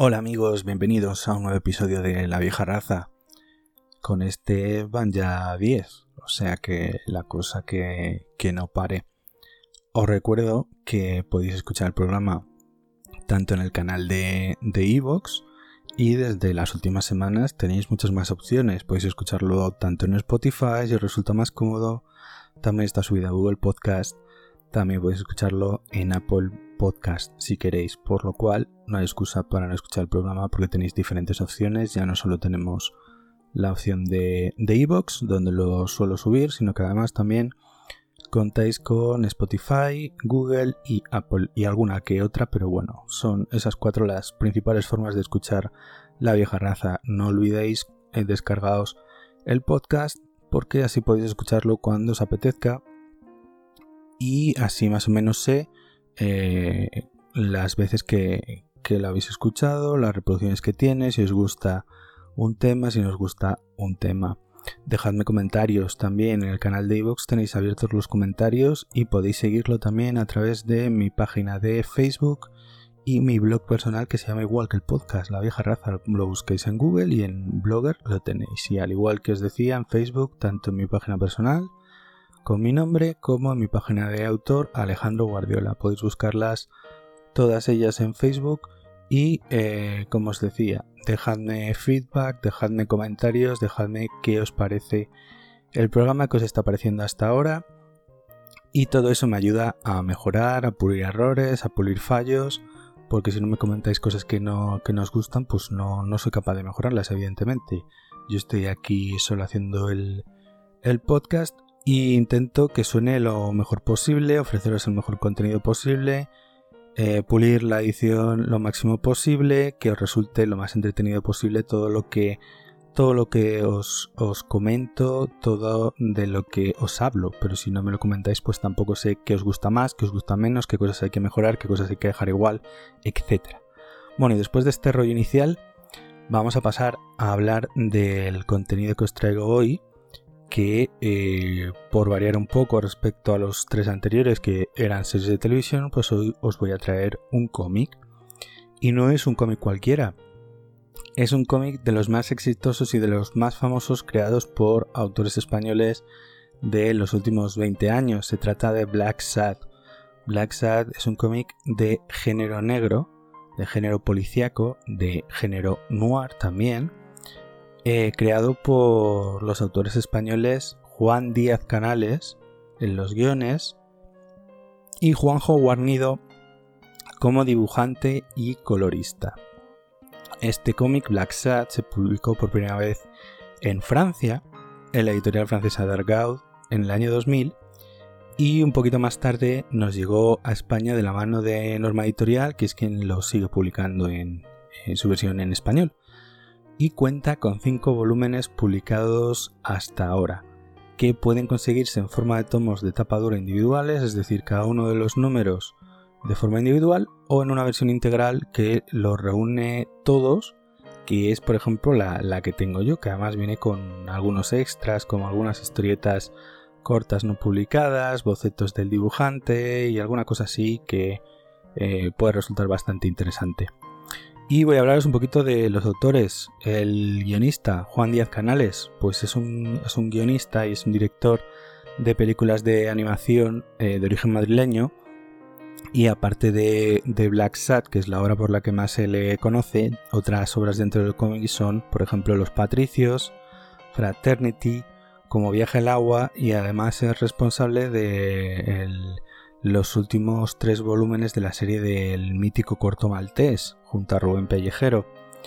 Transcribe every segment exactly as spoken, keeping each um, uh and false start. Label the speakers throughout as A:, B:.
A: Hola amigos, bienvenidos a un nuevo episodio de La Vieja Raza. Con este van ya diez, o sea que la cosa que, que no pare. Os recuerdo que podéis escuchar el programa tanto en el canal de de iVoox y desde las últimas semanas tenéis muchas más opciones. Podéis escucharlo tanto en Spotify si os resulta más cómodo. También está subido a Google Podcast. También podéis escucharlo en Apple Podcast si queréis, por lo cual no hay excusa para no escuchar el programa porque tenéis diferentes opciones. Ya no solo tenemos la opción de de iVoox, donde lo suelo subir, sino que además también contáis con Spotify, Google y Apple y alguna que otra, pero bueno, son esas cuatro las principales formas de escuchar La Vieja Raza. No olvidéis eh, descargaos el podcast porque así podéis escucharlo cuando os apetezca y así más o menos sé eh, las veces que, que lo habéis escuchado, las reproducciones que tiene, si os gusta un tema, si no os gusta un tema. Dejadme comentarios también en el canal de iVoox, tenéis abiertos los comentarios y podéis seguirlo también a través de mi página de Facebook y mi blog personal que se llama igual que el podcast, La Vieja Raza. Lo busquéis en Google y en Blogger lo tenéis. Y al igual que os decía, en Facebook, tanto en mi página personal con mi nombre como en mi página de autor Alejandro Guardiola. Podéis buscarlas todas ellas en Facebook y eh, como os decía, dejadme feedback, dejadme comentarios, dejadme qué os parece el programa, que os está pareciendo hasta ahora, y todo eso me ayuda a mejorar, a pulir errores, a pulir fallos, porque si no me comentáis cosas que no, que no os gustan, pues no, no soy capaz de mejorarlas, evidentemente. Yo estoy aquí solo haciendo el, el podcast y intento que suene lo mejor posible, ofreceros el mejor contenido posible, eh, pulir la edición lo máximo posible, que os resulte lo más entretenido posible todo lo que todo lo que os, os comento, todo de lo que os hablo. Pero si no me lo comentáis, pues tampoco sé qué os gusta más, qué os gusta menos, qué cosas hay que mejorar, qué cosas hay que dejar igual, etcétera. Bueno, y después de este rollo inicial, vamos a pasar a hablar del contenido que os traigo hoy, que eh, por variar un poco respecto a los tres anteriores que eran series de televisión, pues hoy os voy a traer un cómic. Y no es un cómic cualquiera, es un cómic de los más exitosos y de los más famosos creados por autores españoles de los últimos veinte años. Se trata de Black Sad. Black Sad es un cómic de género negro, de género policíaco, de género noir también, Eh, creado por los autores españoles Juan Díaz Canales en los guiones y Juanjo Guarnido como dibujante y colorista. Este cómic Black Sad se publicó por primera vez en Francia, en la editorial francesa Dargaud, en el año dos mil, y un poquito más tarde nos llegó a España de la mano de Norma Editorial, que es quien lo sigue publicando en, en su versión en español. Y cuenta con cinco volúmenes publicados hasta ahora, que pueden conseguirse en forma de tomos de tapa dura individuales, es decir, cada uno de los números de forma individual, o en una versión integral que los reúne todos, que es por ejemplo la, la que tengo yo, que además viene con algunos extras, como algunas historietas cortas no publicadas, bocetos del dibujante y alguna cosa así que eh, puede resultar bastante interesante. Y voy a hablaros un poquito de los autores. El guionista, Juan Díaz Canales, pues es un, es un guionista y es un director de películas de animación eh, de origen madrileño. Y aparte de, de Black Sad, que es la obra por la que más se le conoce, otras obras dentro del cómic son, por ejemplo, Los Patricios, Fraternity, Como viaja el agua, y además es responsable de el, los últimos tres volúmenes de la serie del mítico corto maltés, junto a Rubén Pellejero.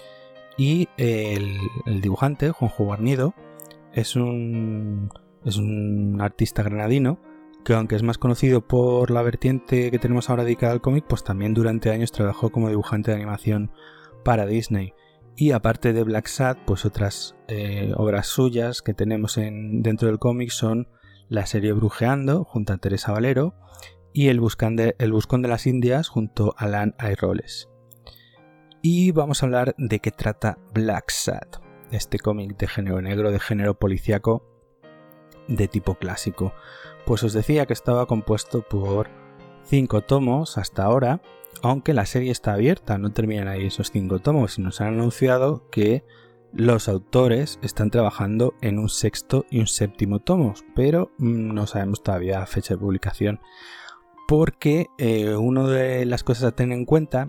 A: Y el, el dibujante, Juanjo Guarnido, es un, es un artista granadino que, aunque es más conocido por la vertiente que tenemos ahora dedicada al cómic, pues también durante años trabajó como dibujante de animación para Disney. Y aparte de Black Sad, pues otras eh, obras suyas que tenemos en, dentro del cómic son la serie Brujeando, junto a Teresa Valero, y el, Buscande, el Buscón de las Indias, junto a Alan Ayroles. Y vamos a hablar de qué trata Black Sad, este cómic de género negro, de género policíaco, de tipo clásico. Pues os decía que estaba compuesto por cinco tomos hasta ahora, aunque la serie está abierta, no terminan ahí esos cinco tomos, y nos han anunciado que los autores están trabajando en un sexto y un séptimo tomos, pero no sabemos todavía fecha de publicación, porque eh, una de las cosas a tener en cuenta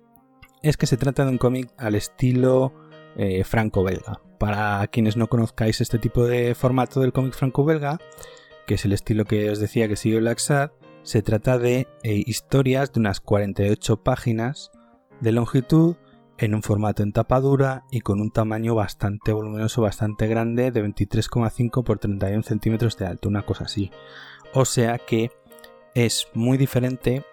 A: es que se trata de un cómic al estilo eh, franco-belga. Para quienes no conozcáis este tipo de formato del cómic franco-belga, que es el estilo que os decía que sigue Black Sad, se trata de eh, historias de unas cuarenta y ocho páginas de longitud, en un formato en tapa dura y con un tamaño bastante voluminoso, bastante grande, de veintitrés coma cinco por treinta y uno centímetros de alto, una cosa así. O sea que es muy diferente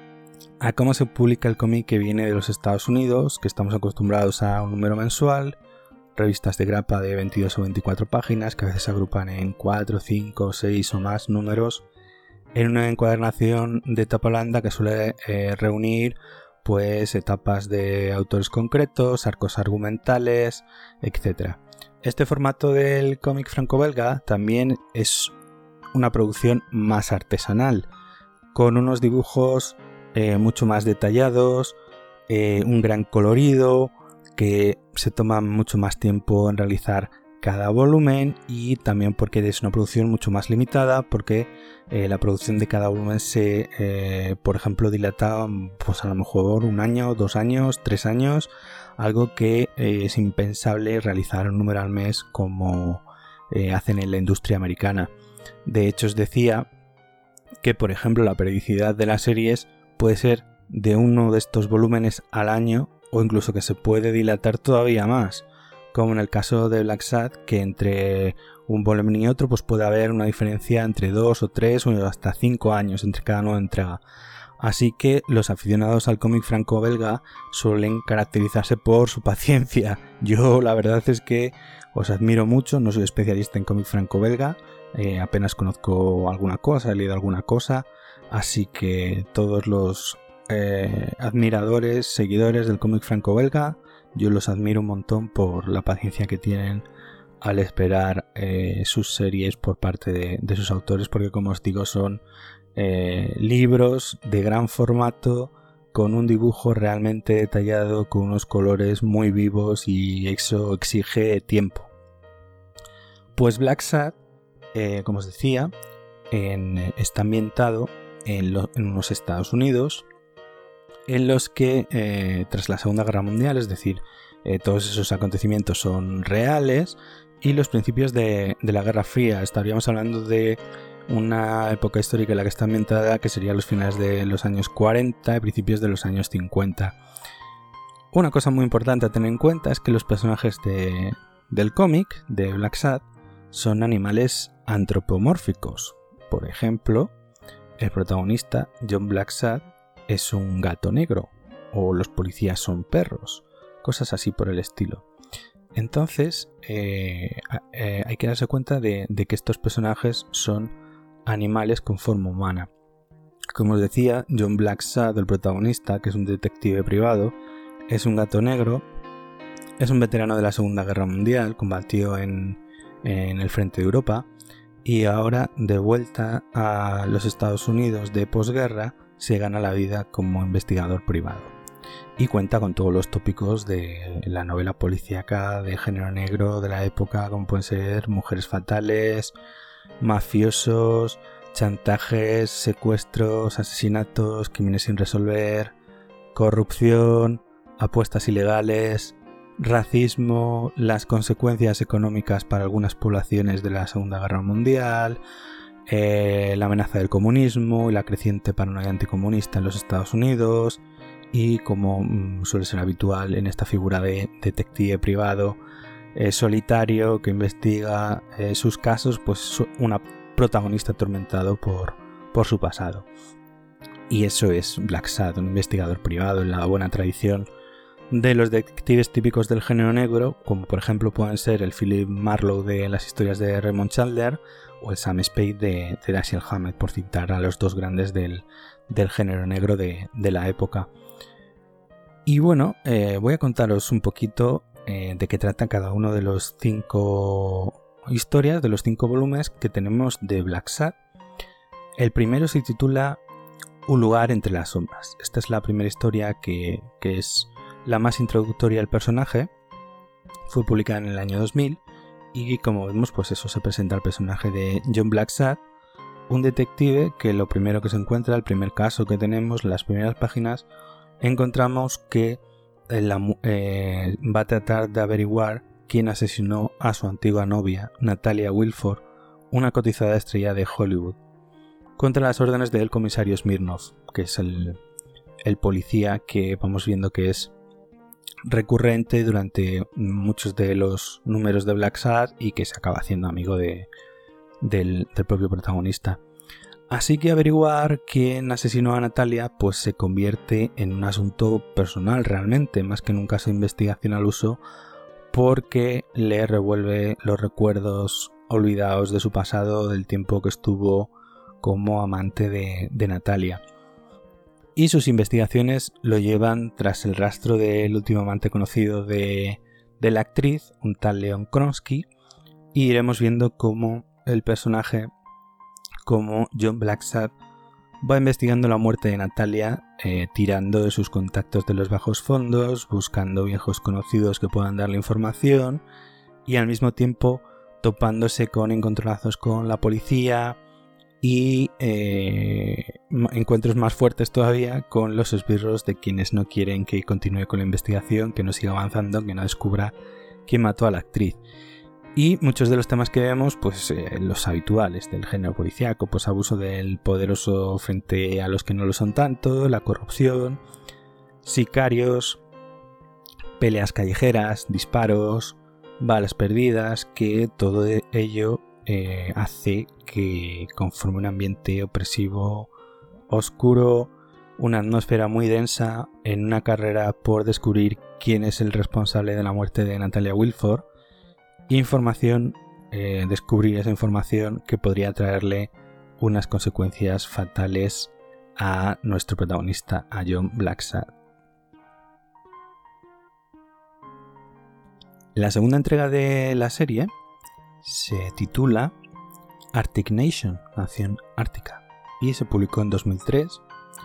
A: a cómo se publica el cómic que viene de los Estados Unidos, que estamos acostumbrados a un número mensual, revistas de grapa de veintidós o veinticuatro páginas, que a veces se agrupan en cuatro, cinco, seis o más números, en una encuadernación de tapa blanda que suele eh, reunir pues etapas de autores concretos, arcos argumentales, etcétera. Este formato del cómic franco-belga también es una producción más artesanal, con unos dibujos eh, mucho más detallados, eh, un gran colorido, que se toma mucho más tiempo en realizar cada volumen, y también porque es una producción mucho más limitada, porque eh, la producción de cada volumen se, eh, por ejemplo, dilata pues a lo mejor un año, dos años, tres años, algo que eh, es impensable realizar un número al mes como eh, hacen en la industria americana. De hecho, os decía que, por ejemplo, la periodicidad de las series puede ser de uno de estos volúmenes al año, o incluso que se puede dilatar todavía más, como en el caso de Black Sad, que entre un volumen y otro pues puede haber una diferencia entre dos o tres o hasta cinco años entre cada nueva entrega. Así que los aficionados al cómic franco-belga suelen caracterizarse por su paciencia. Yo la verdad es que os admiro mucho, no soy especialista en cómic franco-belga, eh, apenas conozco alguna cosa, he leído alguna cosa, así que todos los eh, admiradores, seguidores del cómic franco-belga, yo los admiro un montón por la paciencia que tienen al esperar eh, sus series por parte de, de sus autores, porque como os digo son eh, libros de gran formato, con un dibujo realmente detallado, con unos colores muy vivos, y eso exige tiempo. Pues Black Sad, eh, como os decía, en, está ambientado en, lo, en unos Estados Unidos en los que eh, tras la Segunda Guerra Mundial, es decir, eh, todos esos acontecimientos son reales, y los principios de, de la Guerra Fría. Estaríamos hablando de una época histórica en la que está ambientada, que sería los finales de los años cuarenta y principios de los años cincuenta. Una cosa muy importante a tener en cuenta es que los personajes de, del cómic de Black Sad son animales antropomórficos. Por ejemplo, el protagonista, John Black Sad, es un gato negro, o los policías son perros, cosas así por el estilo. Entonces eh, eh, hay que darse cuenta de, de que estos personajes son animales con forma humana. Como os decía, John Black Sad, el protagonista, que es un detective privado, es un gato negro, es un veterano de la Segunda Guerra Mundial, combatió en, en el frente de Europa, y ahora, de vuelta a los Estados Unidos de posguerra, se gana la vida como investigador privado, y cuenta con todos los tópicos de la novela policíaca de género negro de la época, como pueden ser mujeres fatales, mafiosos, chantajes, secuestros, asesinatos, crímenes sin resolver, corrupción, apuestas ilegales, racismo, las consecuencias económicas para algunas poblaciones de la Segunda Guerra Mundial, eh, la amenaza del comunismo y la creciente paranoia anticomunista en los Estados Unidos, y como mm, suele ser habitual en esta figura de detective privado eh, solitario que investiga eh, sus casos, pues una protagonista atormentado por, por su pasado. Y eso es Black Sad, un investigador privado en la buena tradición de los detectives típicos del género negro, como por ejemplo pueden ser el Philip Marlowe de las historias de Raymond Chandler o el Sam Spade de, de Dashiell Hammett, por citar a los dos grandes del, del género negro de, de la época. Y bueno, eh, voy a contaros un poquito eh, de qué trata cada uno de los cinco historias, de los cinco volúmenes que tenemos de Black Sad. El primero se titula Un lugar entre las sombras. Esta es la primera historia que, que es la más introductoria del personaje. Fue publicada en el año dos mil y como vemos, pues eso, se presenta el personaje de John Blacksad, un detective que lo primero que se encuentra, el primer caso que tenemos, las primeras páginas, encontramos que la, eh, va a tratar de averiguar quién asesinó a su antigua novia, Natalia Wilford, una cotizada estrella de Hollywood, contra las órdenes del comisario Smirnov, que es el, el policía que vamos viendo que es recurrente durante muchos de los números de Blacksad y que se acaba haciendo amigo de, del, del propio protagonista. Así que averiguar quién asesinó a Natalia pues se convierte en un asunto personal realmente, más que en un caso de investigación al uso, porque le revuelve los recuerdos olvidados de su pasado, del tiempo que estuvo como amante de, de Natalia. Y sus investigaciones lo llevan tras el rastro del último amante conocido de, de la actriz, un tal Leon Kronsky, y iremos viendo cómo el personaje, como John Blacksad, va investigando la muerte de Natalia, eh, tirando de sus contactos de los bajos fondos, buscando viejos conocidos que puedan darle información y al mismo tiempo topándose con encontronazos con la policía y eh, encuentros más fuertes todavía con los esbirros de quienes no quieren que continúe con la investigación, que no siga avanzando, que no descubra quién mató a la actriz. Y muchos de los temas que vemos, pues eh, los habituales del género policíaco, pues abuso del poderoso frente a los que no lo son tanto, la corrupción, sicarios, peleas callejeras, disparos, balas perdidas, que todo ello eh, hace que conforme un ambiente opresivo, oscuro, una atmósfera muy densa en una carrera por descubrir quién es el responsable de la muerte de Natalia Wilford. Información, eh, descubrir esa información que podría traerle unas consecuencias fatales a nuestro protagonista, a John Blacksad. La segunda entrega de la serie se titula Arctic Nation, Nación Ártica, y se publicó en dos mil tres.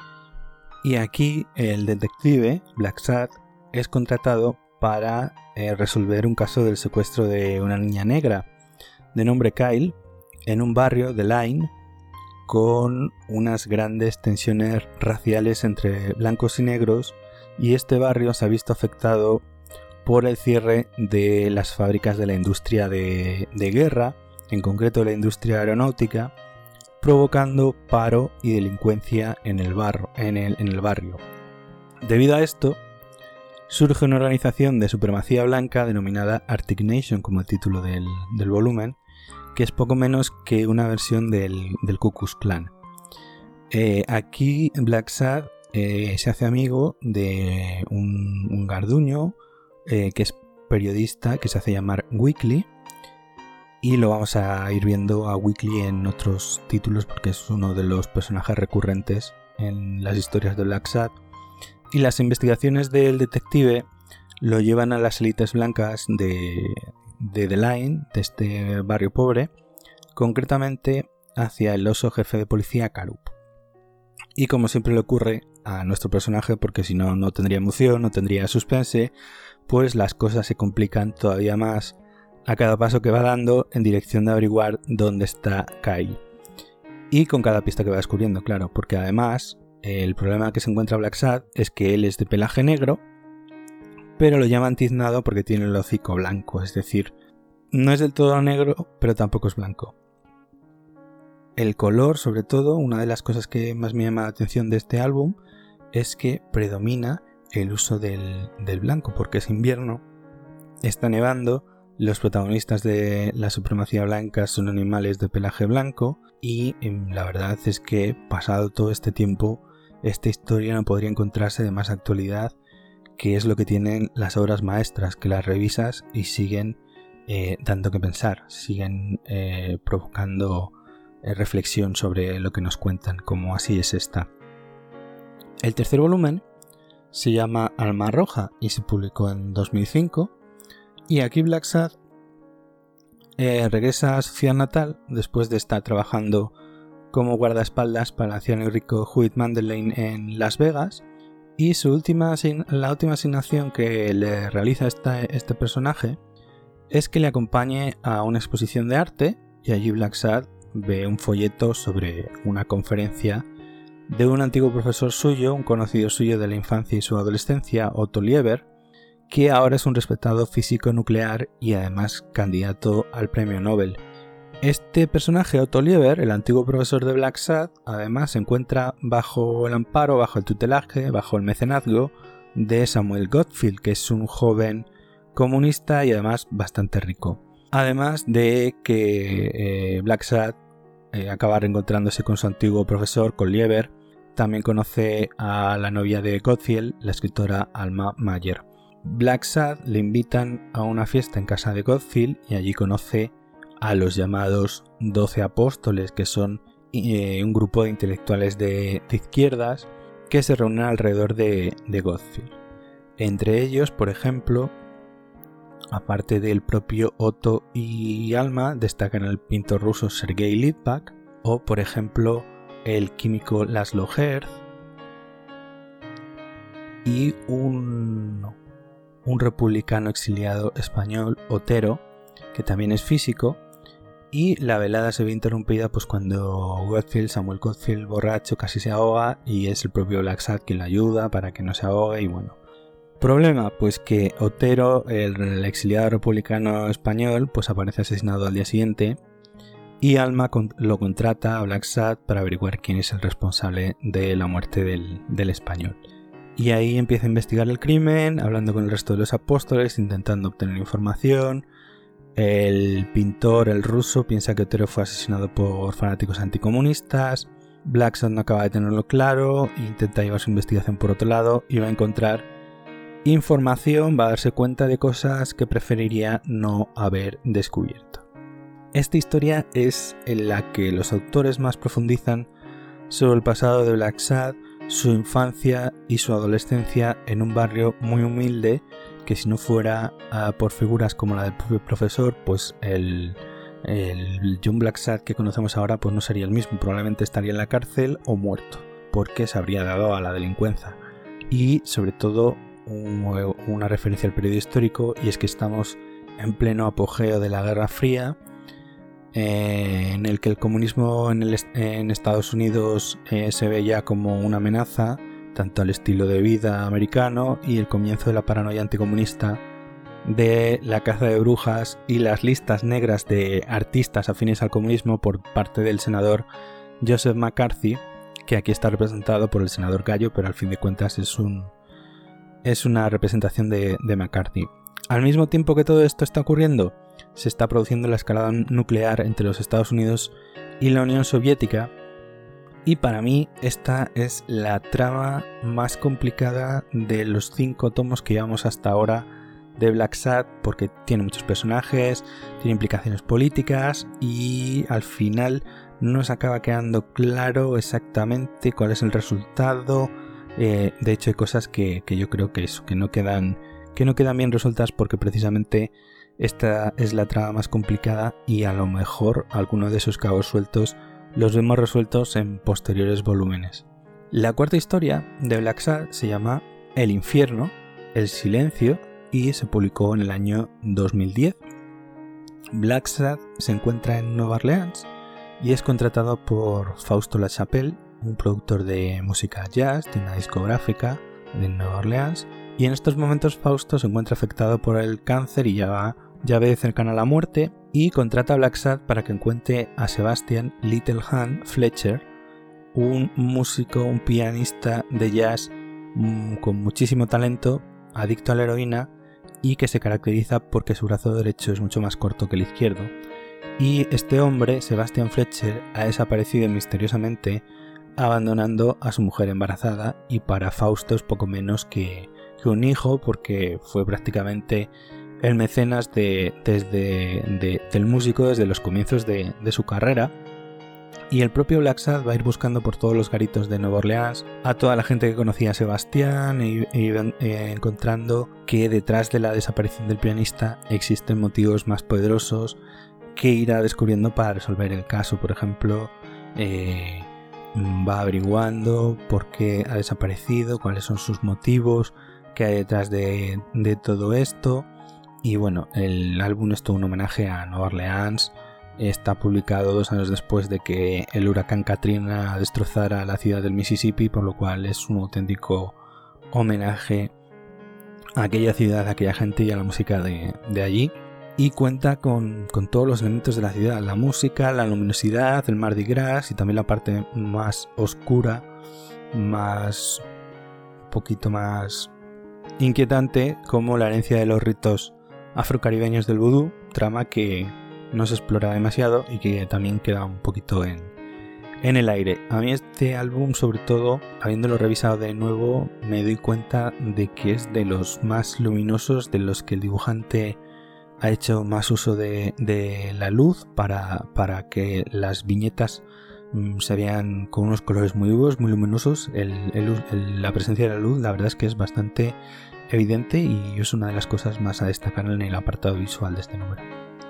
A: Y aquí el detective Blacksad es contratado para eh, resolver un caso del secuestro de una niña negra de nombre Kyle en un barrio de Lyme con unas grandes tensiones raciales entre blancos y negros, y este barrio se ha visto afectado por el cierre de las fábricas de la industria de, de guerra, en concreto la industria aeronáutica, provocando paro y delincuencia en el, barro, en el, en el barrio. Debido a esto, surge una organización de supremacía blanca denominada Arctic Nation, como el título del, del volumen, que es poco menos que una versión del, del Ku Klux Klan. Eh, aquí Blacksad eh, se hace amigo de un, un garduño eh, que es periodista, que se hace llamar Weekly, y lo vamos a ir viendo a Weekly en otros títulos porque es uno de los personajes recurrentes en las historias de Blacksad. Y las investigaciones del detective lo llevan a las élites blancas de, de The Line, de este barrio pobre, concretamente hacia el oso jefe de policía Karup. Y como siempre le ocurre a nuestro personaje, porque si no, no tendría emoción, no tendría suspense, pues las cosas se complican todavía más a cada paso que va dando en dirección de averiguar dónde está Kyle. Y con cada pista que va descubriendo, claro, porque además el problema que se encuentra Blacksad es que él es de pelaje negro, pero lo llaman tiznado porque tiene el hocico blanco, es decir, no es del todo negro, pero tampoco es blanco. El color, sobre todo, una de las cosas que más me llama la atención de este álbum es que predomina el uso del, del blanco, porque es invierno, está nevando, los protagonistas de la supremacía blanca son animales de pelaje blanco y la verdad es que pasado todo este tiempo esta historia no podría encontrarse de más actualidad, que es lo que tienen las obras maestras, que las revisas y siguen eh, dando que pensar, siguen eh, provocando eh, reflexión sobre lo que nos cuentan, como así es esta. El tercer volumen se llama Alma Roja y se publicó en dos mil cinco, y aquí Blacksad eh, regresa a su ciudad natal después de estar trabajando como guardaespaldas para el anciano y rico Huey Mandelain en Las Vegas, y su última, la última asignación que le realiza esta, este personaje es que le acompañe a una exposición de arte, y allí Black Sad ve un folleto sobre una conferencia de un antiguo profesor suyo, un conocido suyo de la infancia y su adolescencia, Otto Lieber, que ahora es un respetado físico nuclear y además candidato al premio Nobel. Este personaje, Otto Lieber, el antiguo profesor de Black Sad, además se encuentra bajo el amparo, bajo el tutelaje, bajo el mecenazgo de Samuel Goldfield, que es un joven comunista y además bastante rico. Además de que eh, Black Sad eh, acaba reencontrándose con su antiguo profesor, con Lieber. También conoce a la novia de Goldfield, la escritora Alma Mayer. Black Sad le invitan a una fiesta en casa de Goldfield y allí conoce a los llamados doce apóstoles, que son eh, un grupo de intelectuales de, de izquierdas que se reúnen alrededor de, de Goldfield. Entre ellos, por ejemplo, aparte del propio Otto y Alma, destacan el pintor ruso Sergei Litvak o, por ejemplo, el químico Laszlo Herz y un, un republicano exiliado español, Otero, que también es físico, y la velada se ve interrumpida pues cuando Goldfield, Samuel Goldfield, borracho, casi se ahoga y es el propio Black Sad quien le ayuda para que no se ahogue y bueno. Problema, pues que Otero, el exiliado republicano español, pues aparece asesinado al día siguiente y Alma lo contrata a Black Sad para averiguar quién es el responsable de la muerte del, del español. Y ahí empieza a investigar el crimen, hablando con el resto de los apóstoles, intentando obtener información. El pintor, el ruso, piensa que Otero fue asesinado por fanáticos anticomunistas. Black Sad no acaba de tenerlo claro, intenta llevar su investigación por otro lado y va a encontrar información, va a darse cuenta de cosas que preferiría no haber descubierto. Esta historia es en la que los autores más profundizan sobre el pasado de Black Sad, su infancia y su adolescencia en un barrio muy humilde que si no fuera uh, por figuras como la del propio profesor, pues el, el John Black Sad que conocemos ahora pues no sería el mismo, probablemente estaría en la cárcel o muerto porque se habría dado a la delincuencia. Y sobre todo un, una referencia al periodo histórico, y es que estamos en pleno apogeo de la Guerra Fría, Eh, en el que el comunismo en, el, en Estados Unidos eh, se ve ya como una amenaza tanto al estilo de vida americano y el comienzo de la paranoia anticomunista, de la caza de brujas y las listas negras de artistas afines al comunismo por parte del senador Joseph McCarthy, que aquí está representado por el senador Gallo, pero al fin de cuentas es, un, es una representación de, de McCarthy. Al mismo tiempo que todo esto está ocurriendo, se está produciendo la escalada nuclear entre los Estados Unidos y la Unión Soviética, y para mí esta es la trama más complicada de los cinco tomos que llevamos hasta ahora de Black Sad, porque tiene muchos personajes, tiene implicaciones políticas y al final no nos acaba quedando claro exactamente cuál es el resultado. Eh, de hecho hay cosas que, que yo creo que, eso, que, no quedan, que no quedan bien resueltas porque precisamente esta es la trama más complicada y a lo mejor algunos de esos cabos sueltos los vemos resueltos en posteriores volúmenes. La cuarta historia de Black Sad se llama El infierno, el silencio y se publicó en el año dos mil diez. Black Sad se encuentra en Nueva Orleans y es contratado por Fausto Lachapelle, un productor de música jazz de una discográfica de Nueva Orleans, y en estos momentos Fausto se encuentra afectado por el cáncer y ya va ya ve cercana a la muerte y contrata a Black Sad para que encuentre a Sebastian Little Hand Fletcher, un músico, un pianista de jazz mmm, con muchísimo talento, adicto a la heroína y que se caracteriza porque su brazo derecho es mucho más corto que el izquierdo. Y este hombre, Sebastian Fletcher, ha desaparecido misteriosamente abandonando a su mujer embarazada, y para Fausto es poco menos que, que un hijo porque fue prácticamente el mecenas de, desde, de, del músico desde los comienzos de, de su carrera. Y el propio Black Sad va a ir buscando por todos los garitos de Nueva Orleans a toda la gente que conocía a Sebastián e, e, e encontrando que detrás de la desaparición del pianista existen motivos más poderosos que irá descubriendo para resolver el caso. Por ejemplo, eh, va averiguando por qué ha desaparecido, cuáles son sus motivos, qué hay detrás de, de todo esto. Y bueno, el álbum es todo un homenaje a Nueva Orleans. Está publicado dos años después de que el huracán Katrina destrozara la ciudad del Mississippi, por lo cual es un auténtico homenaje a aquella ciudad, a aquella gente y a la música de, de allí. Y cuenta con, con todos los elementos de la ciudad, la música, la luminosidad, el Mardi Gras y también la parte más oscura, más un poquito más inquietante, como la herencia de los ritos afrocaribeños del vudú, trama que no se explora demasiado y que también queda un poquito en, en el aire. A mí este álbum, sobre todo, habiéndolo revisado de nuevo, me doy cuenta de que es de los más luminosos, de los que el dibujante ha hecho más uso de, de la luz para, para que las viñetas mmm, se vean con unos colores muy vivos, muy luminosos. El, el, el, la presencia de la luz, la verdad es que es bastante evidente y es una de las cosas más a destacar en el apartado visual de este número.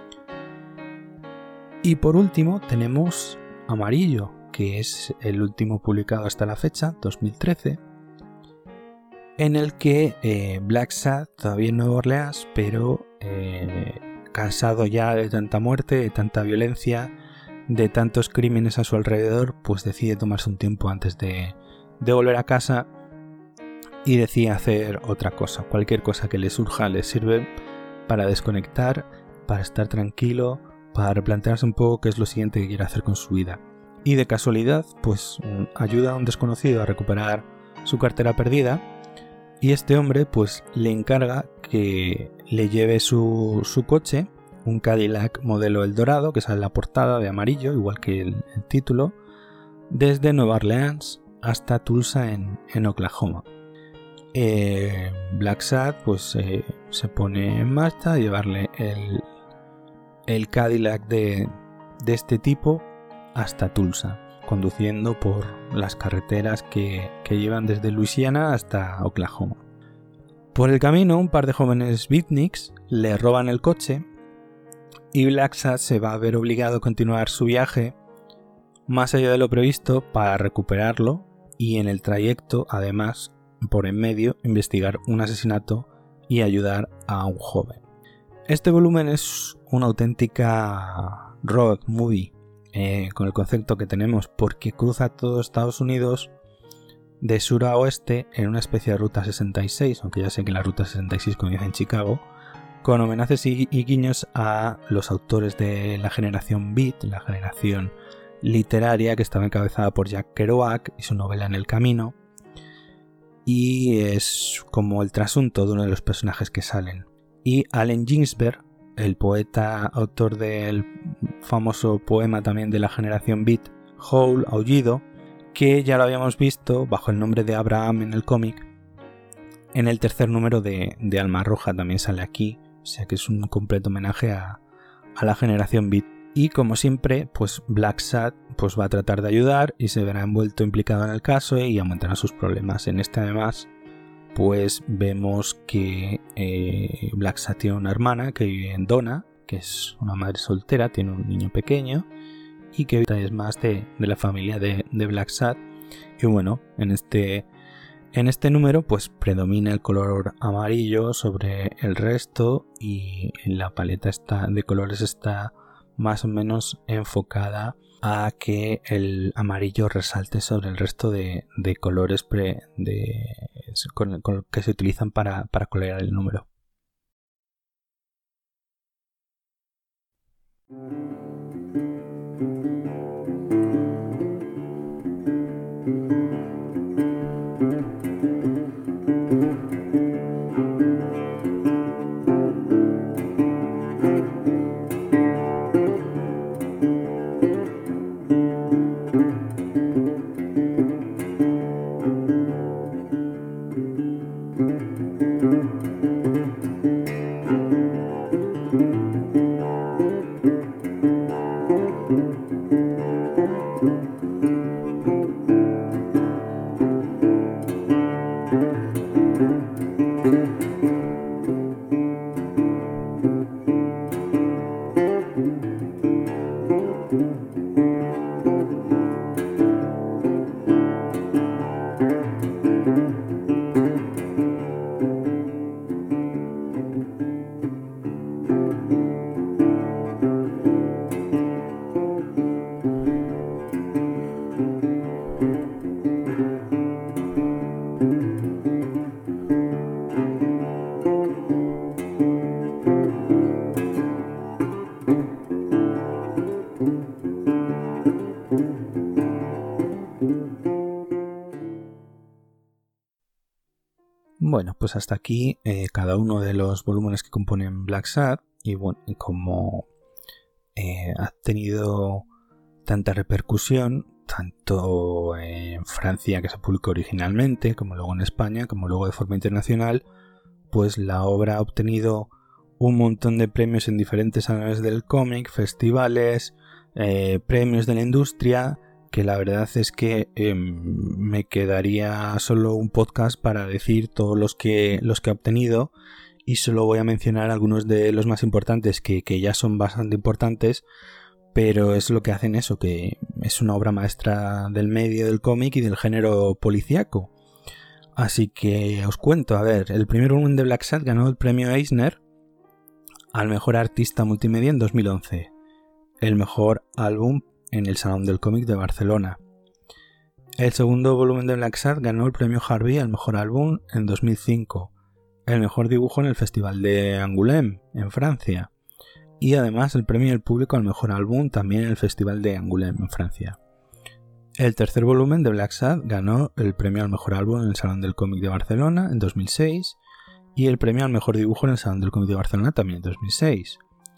A: Y por último tenemos Amarillo, que es el último publicado hasta la fecha, dos mil trece, en el que eh, Black Sad, todavía en Nueva Orleans, pero eh, cansado ya de tanta muerte, de tanta violencia, de tantos crímenes a su alrededor, pues decide tomarse un tiempo antes de, de volver a casa y decide hacer otra cosa. Cualquier cosa que le surja le sirve para desconectar, para estar tranquilo, para replantearse un poco qué es lo siguiente que quiere hacer con su vida. Y de casualidad, pues ayuda a un desconocido a recuperar su cartera perdida, y este hombre pues le encarga que le lleve su, su coche, un Cadillac modelo El Dorado, que sale en la portada de amarillo, igual que el, el título, desde Nueva Orleans hasta Tulsa en, en Oklahoma. Eh, Black Sad pues eh, se pone en marcha a llevarle el el Cadillac de, de este tipo hasta Tulsa, conduciendo por las carreteras que, que llevan desde Luisiana hasta Oklahoma. Por el camino, un par de jóvenes beatniks le roban el coche y Black Sad se va a ver obligado a continuar su viaje más allá de lo previsto para recuperarlo y en el trayecto, además, por en medio, investigar un asesinato y ayudar a un joven. Este volumen es una auténtica road movie eh, con el concepto que tenemos, porque cruza todo Estados Unidos de sur a oeste en una especie de ruta sesenta y seis, aunque ya sé que la ruta sesenta y seis comienza en Chicago, con homenajes y, y guiños a los autores de la generación beat, la generación literaria que estaba encabezada por Jack Kerouac y su novela En el Camino, y es como el trasunto de uno de los personajes que salen. Y Allen Ginsberg, el poeta autor del famoso poema también de la generación beat, Howl, Aullido, que ya lo habíamos visto bajo el nombre de Abraham en el cómic, en el tercer número de, de Alma Roja también sale aquí, o sea que es un completo homenaje a, a la generación beat. Y como siempre, pues Black Sad pues va a tratar de ayudar y se verá envuelto, implicado en el caso y aumentará sus problemas. En este además pues vemos que eh, Black Sad tiene una hermana que vive en Donna, que es una madre soltera, tiene un niño pequeño y que es más de, de la familia de, de Black Sad. Y bueno, en este, en este número pues predomina el color amarillo sobre el resto y la paleta está, de colores está más o menos enfocada a que el amarillo resalte sobre el resto de, de colores pre, de, con, con, que se utilizan para, para colorear el número. Bueno, pues hasta aquí eh, cada uno de los volúmenes que componen Black Sad, y bueno, como eh, ha tenido tanta repercusión, tanto en Francia, que se publicó originalmente, como luego en España, como luego de forma internacional, pues la obra ha obtenido un montón de premios en diferentes salones del cómic, festivales, eh, premios de la industria, que la verdad es que eh, me quedaría solo un podcast para decir todos los que, los que ha obtenido, y solo voy a mencionar algunos de los más importantes, que, que ya son bastante importantes, pero es lo que hacen eso, que es una obra maestra del medio del cómic y del género policíaco. Así que os cuento, a ver, el primer volumen de Black Sad ganó el premio Eisner al mejor artista multimedia en dos mil once, el mejor álbum en el Salón del Cómic de Barcelona. El segundo volumen de Black Sad ganó el premio Harvey al mejor álbum en dos mil cinco, el mejor dibujo en el Festival de Angoulême, en Francia, y además el premio del público al mejor álbum también en el Festival de Angoulême, en Francia. El tercer volumen de Black Sad ganó el premio al mejor álbum en el Salón del Cómic de Barcelona en dos mil seis y el premio al mejor dibujo en el Salón del Cómic de Barcelona también en dos mil seis.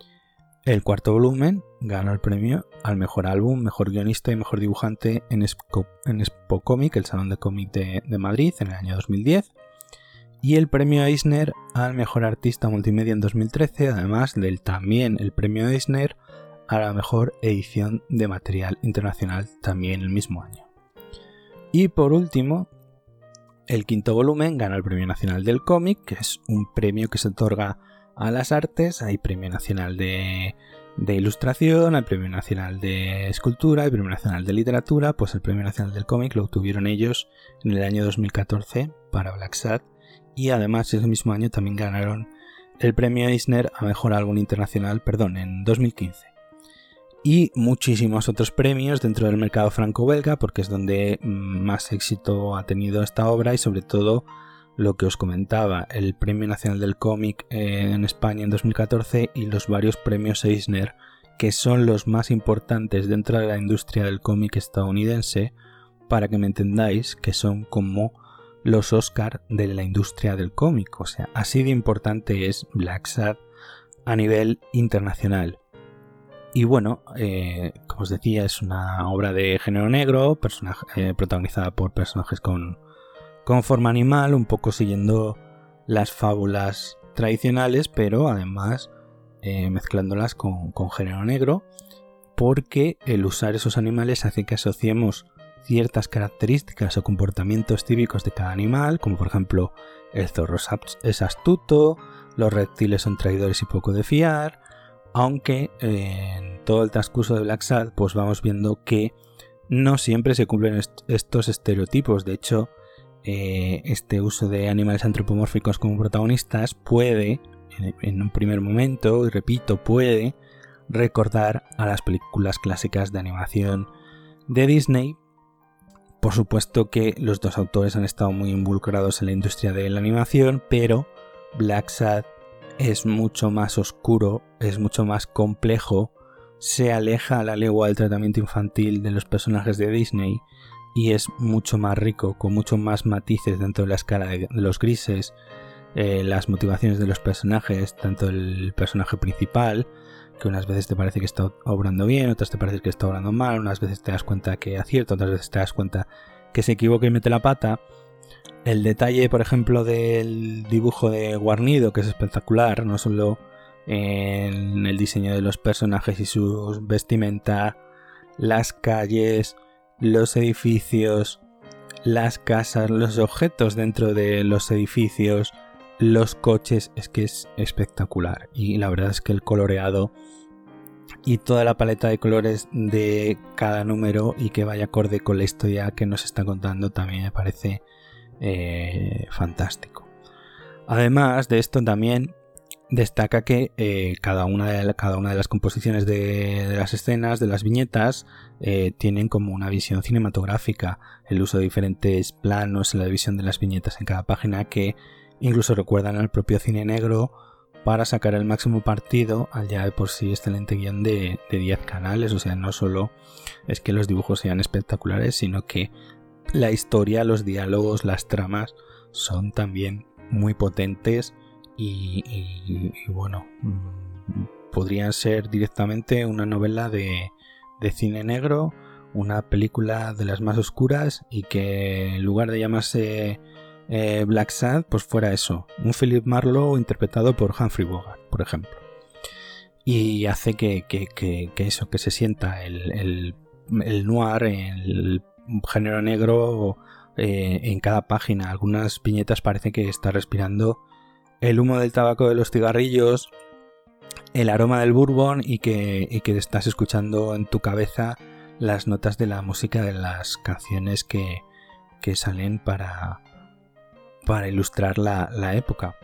A: El cuarto volumen ganó el premio al mejor álbum, mejor guionista y mejor dibujante en Expo, en Expo Comic, el Salón de Cómic de, de Madrid, en el año dos mil diez. Y el premio Eisner al mejor artista multimedia en dos mil trece, además del también el premio Eisner a la mejor edición de material internacional también el mismo año. Y por último, el quinto volumen gana el Premio Nacional del Cómic, que es un premio que se otorga a las artes. Hay Premio Nacional de, de Ilustración, hay Premio Nacional de Escultura, hay Premio Nacional de Literatura. Pues el Premio Nacional del Cómic lo obtuvieron ellos en el año dos mil catorce para Black Sad, y además ese mismo año también ganaron el Premio Eisner a Mejor Álbum Internacional, perdón, en dos mil quince. Y muchísimos otros premios dentro del mercado franco-belga, porque es donde más éxito ha tenido esta obra, y sobre todo lo que os comentaba, el Premio Nacional del Cómic en España en dos mil catorce y los varios premios Eisner, que son los más importantes dentro de la industria del cómic estadounidense, para que me entendáis, que son como los Oscar de la industria del cómic. O sea, así de importante es Black Sad a nivel internacional. Y bueno, eh, como os decía, es una obra de género negro, personaje, eh, protagonizada por personajes con con forma animal, un poco siguiendo las fábulas tradicionales, pero además eh, mezclándolas con, con género negro, porque el usar esos animales hace que asociemos ciertas características o comportamientos típicos de cada animal, como por ejemplo el zorro es astuto, los reptiles son traidores y poco de fiar, aunque eh, en todo el transcurso de Black Sad pues vamos viendo que no siempre se cumplen est- estos estereotipos. De hecho, Eh, este uso de animales antropomórficos como protagonistas puede, en, en un primer momento, y repito, puede recordar a las películas clásicas de animación de Disney. Por supuesto que los dos autores han estado muy involucrados en la industria de la animación, pero Black Sad es mucho más oscuro, es mucho más complejo, se aleja a la legua del tratamiento infantil de los personajes de Disney, y es mucho más rico, con mucho más matices dentro de la escala de, de los grises, eh, las motivaciones de los personajes, tanto el personaje principal, que unas veces te parece que está obrando bien, otras te parece que está obrando mal, unas veces te das cuenta que acierta, otras veces te das cuenta que se equivoca y mete la pata. El detalle, por ejemplo, del dibujo de Guarnido, que es espectacular, no solo en el diseño de los personajes y su vestimenta, las calles, los edificios, las casas, los objetos dentro de los edificios, los coches, es que es espectacular. Y la verdad es que el coloreado y toda la paleta de colores de cada número y que vaya acorde con la historia que nos está contando también me parece eh, fantástico. Además de esto también destaca que eh, cada, una de, cada una de las composiciones de, de las escenas, de las viñetas, eh, tienen como una visión cinematográfica, el uso de diferentes planos en la división de las viñetas en cada página, que incluso recuerdan al propio cine negro, para sacar el máximo partido al ya de por sí excelente guión de, de diez canales. O sea, no solo es que los dibujos sean espectaculares, sino que la historia, los diálogos, las tramas son también muy potentes y, y, y bueno, podrían ser directamente una novela de, de cine negro, una película de las más oscuras, y que en lugar de llamarse eh, Black Sad, pues fuera eso, un Philip Marlowe interpretado por Humphrey Bogart, por ejemplo. Y hace que, que, que, que eso, que se sienta el, el, el noir, el género negro eh, en cada página. Algunas viñetas parece que está respirando el humo del tabaco de los cigarrillos, el aroma del bourbon, y que, y que estás escuchando en tu cabeza las notas de la música de las canciones que, que salen para, para ilustrar la, la época.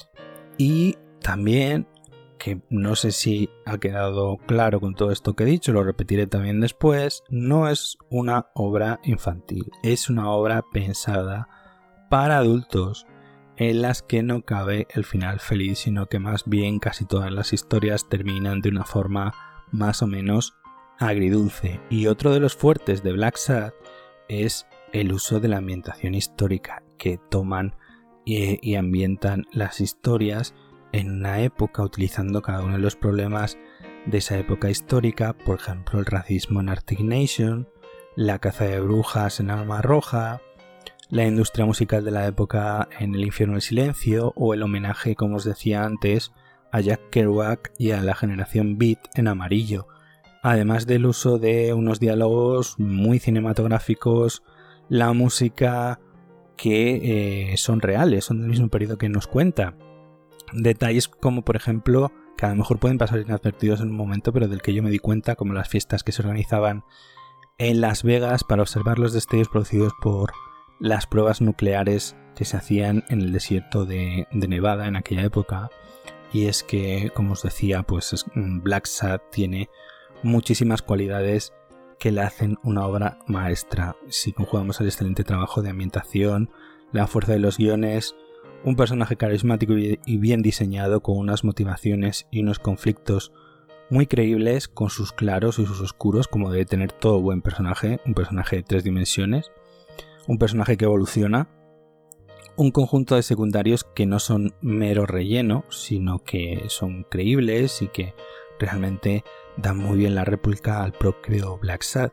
A: Y también, que no sé si ha quedado claro con todo esto que he dicho, lo repetiré también después, no es una obra infantil, es una obra pensada para adultos, en las que no cabe el final feliz, sino que más bien casi todas las historias terminan de una forma más o menos agridulce. Y otro de los fuertes de Black Sad es el uso de la ambientación histórica, que toman y, y ambientan las historias en una época utilizando cada uno de los problemas de esa época histórica, por ejemplo el racismo en Arctic Nation, la caza de brujas en Alma Roja, la industria musical de la época en El infierno del silencio, o el homenaje, como os decía antes, a Jack Kerouac y a la generación Beat en Amarillo, además del uso de unos diálogos muy cinematográficos, la música que eh, son reales, son del mismo periodo que nos cuenta. Detalles como, por ejemplo, que a lo mejor pueden pasar inadvertidos en un momento, pero del que yo me di cuenta, como las fiestas que se organizaban en Las Vegas para observar los destellos producidos por las pruebas nucleares que se hacían en el desierto de, de Nevada en aquella época. Y es que, como os decía, pues Black Sad tiene muchísimas cualidades que le hacen una obra maestra. Si conjugamos el excelente trabajo de ambientación, la fuerza de los guiones, un personaje carismático y bien diseñado, con unas motivaciones y unos conflictos muy creíbles, con sus claros y sus oscuros, como debe tener todo buen personaje, un personaje de tres dimensiones, un personaje que evoluciona, un conjunto de secundarios que no son mero relleno, sino que son creíbles y que realmente dan muy bien la réplica al propio Black Sad,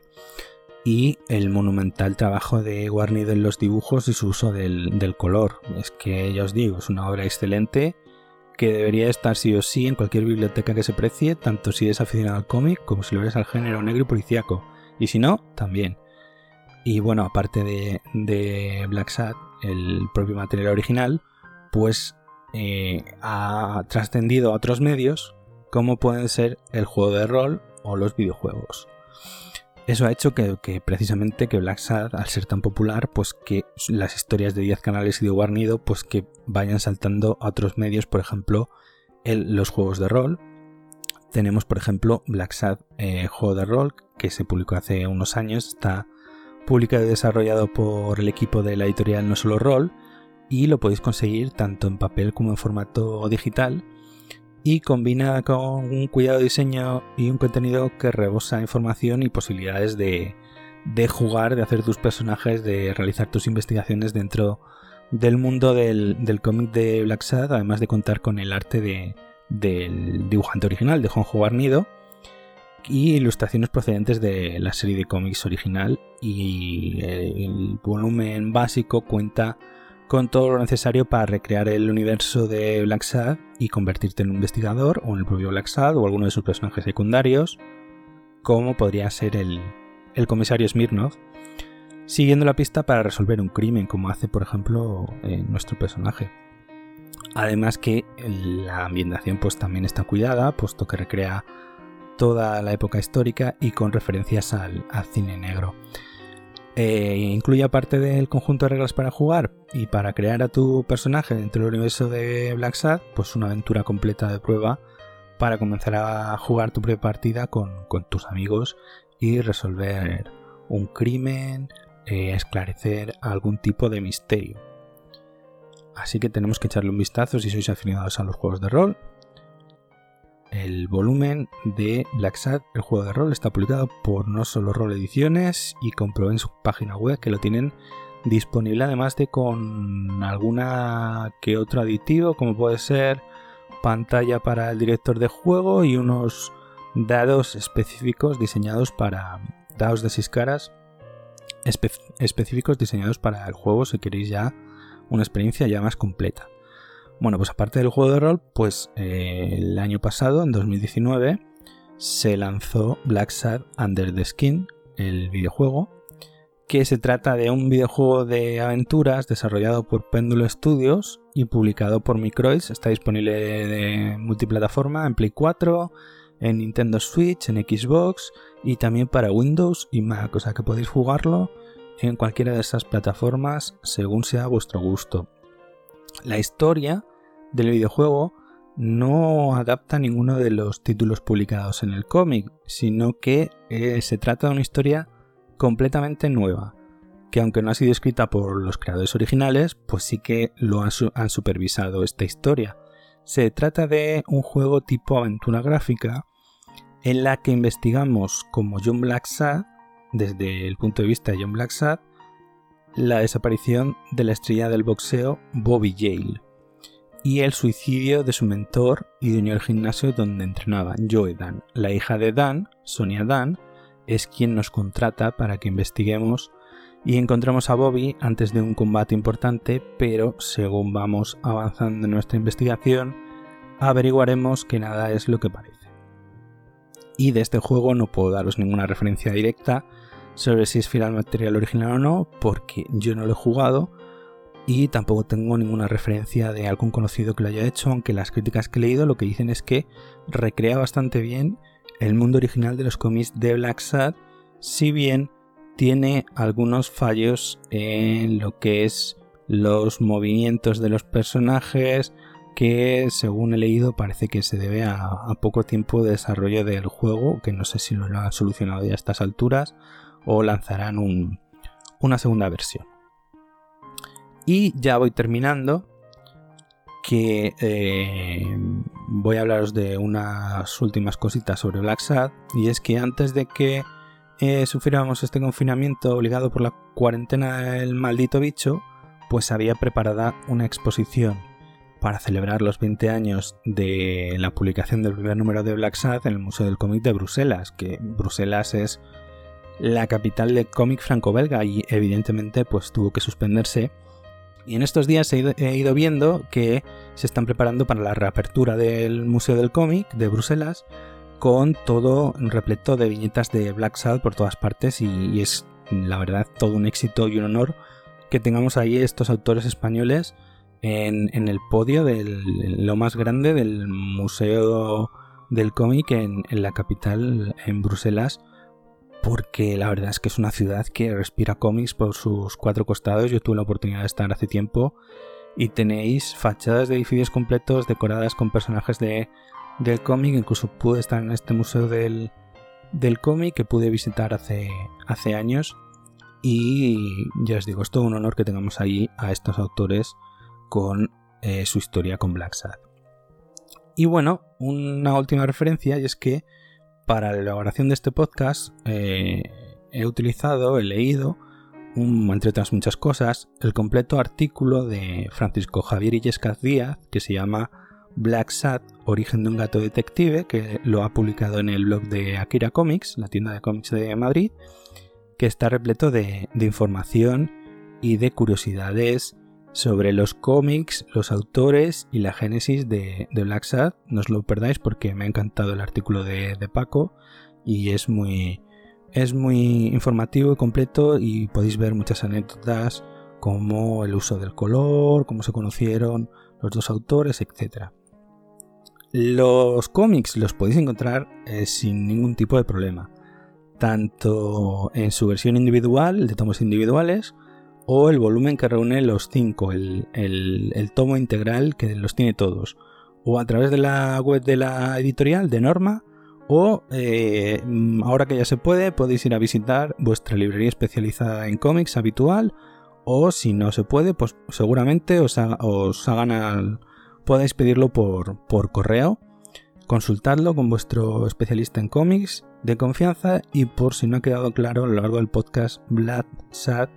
A: y el monumental trabajo de Guarnido en los dibujos y su uso del, del color. Es que ya os digo, es una obra excelente que debería estar sí o sí en cualquier biblioteca que se precie, tanto si eres aficionado al cómic como si lo eres al género negro y policíaco, y si no, también. Y bueno, aparte de, de Black Sad, el propio material original, pues eh, ha trascendido a otros medios, como pueden ser el juego de rol o los videojuegos. Eso ha hecho que, que precisamente que Black Sad, al ser tan popular, pues que las historias de diez canales y de Guarnido, pues que vayan saltando a otros medios, por ejemplo, el, los juegos de rol. Tenemos, por ejemplo, Black Sad, eh, juego de rol, que se publicó hace unos años, está publicado y desarrollado por el equipo de la editorial No Solo Roll, y lo podéis conseguir tanto en papel como en formato digital, y combina con un cuidado de diseño y un contenido que rebosa información y posibilidades de, de jugar, de hacer tus personajes, de realizar tus investigaciones dentro del mundo del, del cómic de Black Sad, además de contar con el arte de, del dibujante original, de Juanjo Guarnido, y ilustraciones procedentes de la serie de cómics original. Y el volumen básico cuenta con todo lo necesario para recrear el universo de Black Sad y convertirte en un investigador, o en el propio Black Sad o alguno de sus personajes secundarios, como podría ser el, el comisario Smirnov, siguiendo la pista para resolver un crimen, como hace por ejemplo eh, nuestro personaje. Además que la ambientación pues también está cuidada, puesto que recrea toda la época histórica y con referencias al, al cine negro. Eh, incluye, aparte del conjunto de reglas para jugar y para crear a tu personaje dentro del universo de Black Sad, pues una aventura completa de prueba para comenzar a jugar tu propia partida con, con tus amigos y resolver un crimen, eh, esclarecer algún tipo de misterio. Así que tenemos que echarle un vistazo si sois aficionados a los juegos de rol. El volumen de Black Sad, el juego de rol, está publicado por No Solo Roll Ediciones, y comprobé en su página web que lo tienen disponible además de con alguna que otro aditivo, como puede ser pantalla para el director de juego y unos dados específicos diseñados para dados de seis caras espe- específicos diseñados para el juego si queréis ya una experiencia ya más completa. Bueno, pues aparte del juego de rol, pues eh, el año pasado, en dos mil diecinueve, se lanzó Black Sad Under the Skin, el videojuego, que se trata de un videojuego de aventuras desarrollado por Pendulo Studios y publicado por Microids. Está disponible de multiplataforma en Play cuatro, en Nintendo Switch, en Xbox y también para Windows y Mac, o sea que podéis jugarlo en cualquiera de esas plataformas según sea vuestro gusto. La historia del videojuego no adapta ninguno de los títulos publicados en el cómic, sino que eh, se trata de una historia completamente nueva, que aunque no ha sido escrita por los creadores originales, pues sí que lo han, su- han supervisado esta historia. Se trata de un juego tipo aventura gráfica en la que investigamos como John Black Sad, desde el punto de vista de John Black Sad, la desaparición de la estrella del boxeo Bobby Yale y el suicidio de su mentor y dueño del gimnasio donde entrenaba, Joe Dan. La hija de Dan, Sonia Dan, es quien nos contrata para que investiguemos y encontramos a Bobby antes de un combate importante, pero según vamos avanzando en nuestra investigación, averiguaremos que nada es lo que parece. Y de este juego no puedo daros ninguna referencia directa sobre si es fiel al material original o no, porque yo no lo he jugado y tampoco tengo ninguna referencia de algún conocido que lo haya hecho, aunque las críticas que he leído lo que dicen es que recrea bastante bien el mundo original de los cómics de Black Sad, si bien tiene algunos fallos en lo que es los movimientos de los personajes, que según he leído parece que se debe a, a poco tiempo de desarrollo del juego, que no sé si lo han solucionado ya a estas alturas o lanzarán un, una segunda versión. Y ya voy terminando, que eh, voy a hablaros de unas últimas cositas sobre Black Sad, y es que antes de que eh, sufriéramos este confinamiento obligado por la cuarentena del maldito bicho, pues había preparada una exposición para celebrar los veinte años de la publicación del primer número de Black Sad en el Museo del Cómic de Bruselas, que Bruselas es la capital del cómic franco-belga y evidentemente pues tuvo que suspenderse. Y en estos días he ido, he ido viendo que se están preparando para la reapertura del Museo del Cómic de Bruselas, con todo repleto de viñetas de Black Sad por todas partes, y, y es la verdad todo un éxito y un honor que tengamos ahí estos autores españoles en, en el podio de lo más grande del Museo del Cómic en, en la capital, en Bruselas, porque la verdad es que es una ciudad que respira cómics por sus cuatro costados. Yo tuve la oportunidad de estar hace tiempo y tenéis fachadas de edificios completos decoradas con personajes de, del cómic. Incluso pude estar en este museo del, del cómic que pude visitar hace, hace años, y ya os digo, es todo un honor que tengamos ahí a estos autores con eh, su historia con Black Sad. Y bueno, una última referencia, y es que para la elaboración de este podcast eh, he utilizado, he leído, un, entre otras muchas cosas, el completo artículo de Francisco Javier Illescaz Díaz, que se llama Black Sad, origen de un gato detective, que lo ha publicado en el blog de Akira Comics, la tienda de cómics de Madrid, que está repleto de, de información y de curiosidades sobre los cómics, los autores y la génesis de, de Black Sad. No os lo perdáis porque me ha encantado el artículo de, de Paco y es muy, es muy informativo y completo, y podéis ver muchas anécdotas como el uso del color, cómo se conocieron los dos autores, etcétera. Los cómics los podéis encontrar eh, sin ningún tipo de problema, tanto en su versión individual, de tomos individuales, o el volumen que reúne los cinco, el, el, el tomo integral que los tiene todos, o a través de la web de la editorial de Norma, o eh, ahora que ya se puede, podéis ir a visitar vuestra librería especializada en cómics habitual, o si no se puede, pues seguramente os, ha, os hagan al, podáis pedirlo por, por correo, consultadlo con vuestro especialista en cómics de confianza. Y por si no ha quedado claro a lo largo del podcast, Black Sad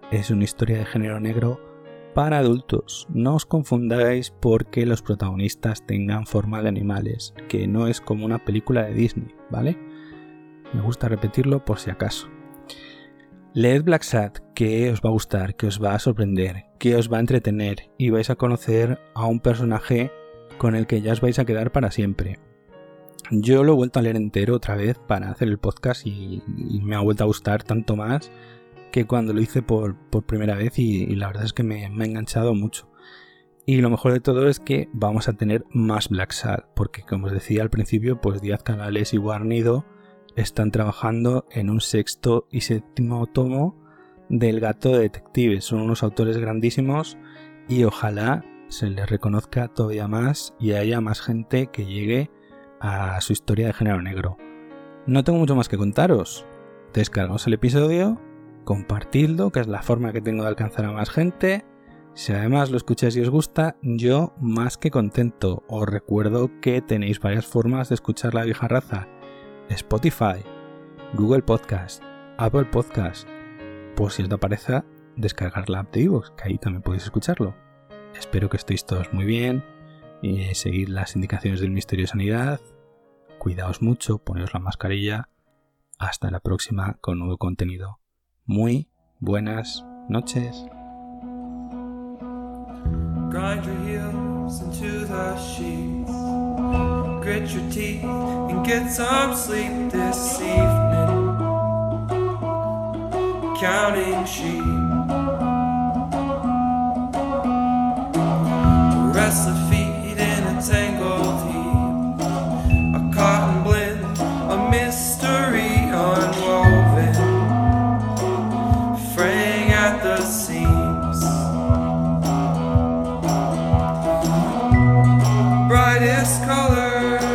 A: es una historia de género negro para adultos. No os confundáis porque los protagonistas tengan forma de animales, que no es como una película de Disney, ¿vale? Me gusta repetirlo por si acaso. Leed Blacksad, que os va a gustar, que os va a sorprender, que os va a entretener y vais a conocer a un personaje con el que ya os vais a quedar para siempre. Yo lo he vuelto a leer entero otra vez para hacer el podcast y, y me ha vuelto a gustar tanto más que cuando lo hice por, por primera vez y, y la verdad es que me, me ha enganchado mucho. Y lo mejor de todo es que vamos a tener más Blacksad, porque como os decía al principio, pues Díaz Canales y Guarnido están trabajando en un sexto y séptimo tomo del Gato de Detectives. Son unos autores grandísimos y ojalá se les reconozca todavía más y haya más gente que llegue a su historia de género negro. No tengo mucho más que contaros. Descargaos el episodio, compartidlo, que es la forma que tengo de alcanzar a más gente. Si además lo escucháis y os gusta, yo más que contento. Os recuerdo que tenéis varias formas de escuchar La Vieja Raza: Spotify, Google Podcast, Apple Podcast. Por si os da pereza, descargar la app de iVoox, que ahí también podéis escucharlo. Espero que estéis todos muy bien y seguid las indicaciones del Ministerio de Sanidad. Cuidaos mucho, poneos la mascarilla. Hasta la próxima con nuevo contenido. Muy buenas noches.
B: Grind your heels into the sheets, grit your teeth and get some sleep this evening. Counting sheep, restless feet in a tangled heap, a cotton blend, a mystery unwoven, fraying at the seams. Brightest color